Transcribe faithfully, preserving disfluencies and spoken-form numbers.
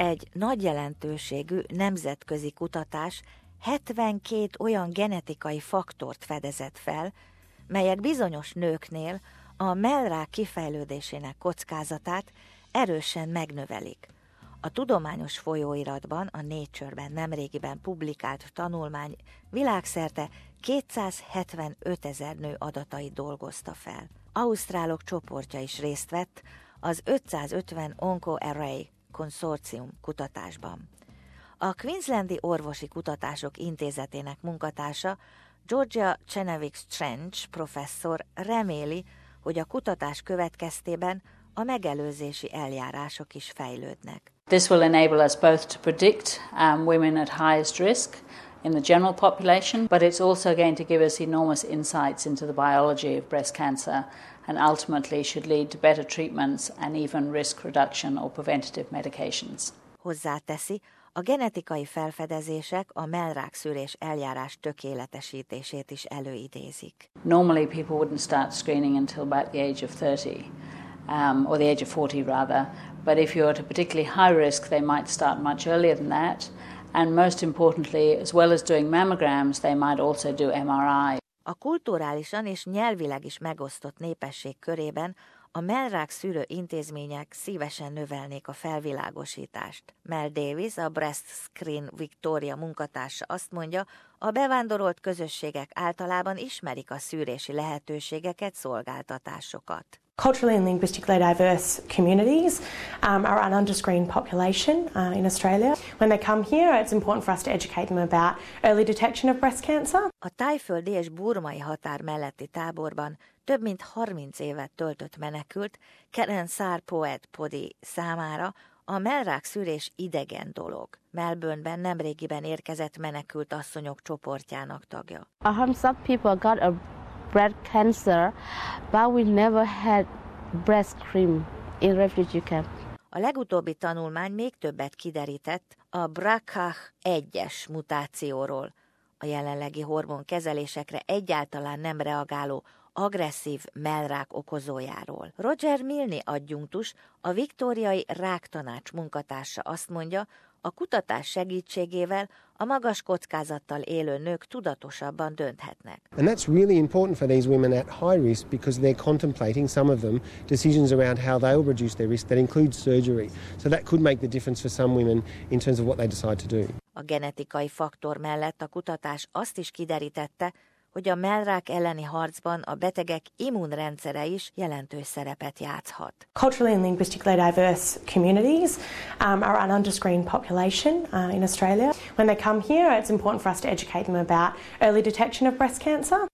egy nagy jelentőségű nemzetközi kutatás hetvenkét olyan genetikai faktort fedezett fel, melyek bizonyos nőknél a mellrák kifejlődésének kockázatát erősen megnövelik. A tudományos folyóiratban, a Nature-ben nemrégiben publikált tanulmány világszerte kétszázhetvenötezer nő adatait dolgozta fel. Ausztrálok csoportja is részt vett az ötszázötven OncoArray konszorcium kutatásban. A Queenslandi Orvosi Kutatások Intézetének munkatársa Georgia Chenevix-Trench professzor reméli, hogy a kutatás következtében a megelőzési eljárások is fejlődnek. This will enable us both to predict um, women at highest risk in the general population, but it's also going to give us enormous insights into the biology of breast cancer and ultimately should lead to better treatments and even risk reduction or preventative medications. Hozzáteszi, a genetikai felfedezések a mellrákszűrés eljárás tökéletesítését is előidézik. Normally people wouldn't start screening until about the age of thirty, um, or the age of forty rather, but if you're at a particularly high risk they might start much earlier than that, and most importantly, as well as doing mammograms, they might also do M R I. A kulturálisan és nyelvileg is megosztott népesség körében a mellrák szűrő intézmények szívesen növelnék a felvilágosítást. Mel Davis, a Breast Screen Victoria munkatársa azt mondja, a bevándorolt közösségek általában ismerik a szűrési lehetőségeket, szolgáltatásokat. Culturally and linguistically diverse communities um, are an underscreened population uh, in Australia. When they come here, it's important for us to educate them about early detection of breast cancer. A tájföldi és burmai határ melletti táborban több mint harminc évet töltött menekült Karen Sarpoet Podi számára a mellrák szűrés idegen dolog. Melbourneben nemrégiben érkezett menekült asszonyok csoportjának tagja. Um, some people got a breast cancer, but we never had breast cream in refugee camp. A legutóbbi tanulmány még többet kiderített a B R C A egyes mutációról, a jelenlegi hormonkezelésekre egyáltalán nem reagáló agresszív mellrák okozójáról. Roger Milne adjunktus, a Viktóriai Ráktanács munkatársa azt mondja, a kutatás segítségével a magas kockázattal élő nők tudatosabban dönthetnek. And that's really important for these women at high risk because they're contemplating, some of them, decisions around how they will reduce their risk that includes surgery. So that could make the difference for some women in terms of what they decide to do. A genetikai faktor mellett a kutatás azt is kiderítette, hogy a mellrák elleni harcban a betegek immunrendszere is jelentős szerepet játszhat. Culturally and linguistically diverse communities um, are an underscreened population uh, in Australia. When they come here, it's important for us to educate them about early detection of breast cancer.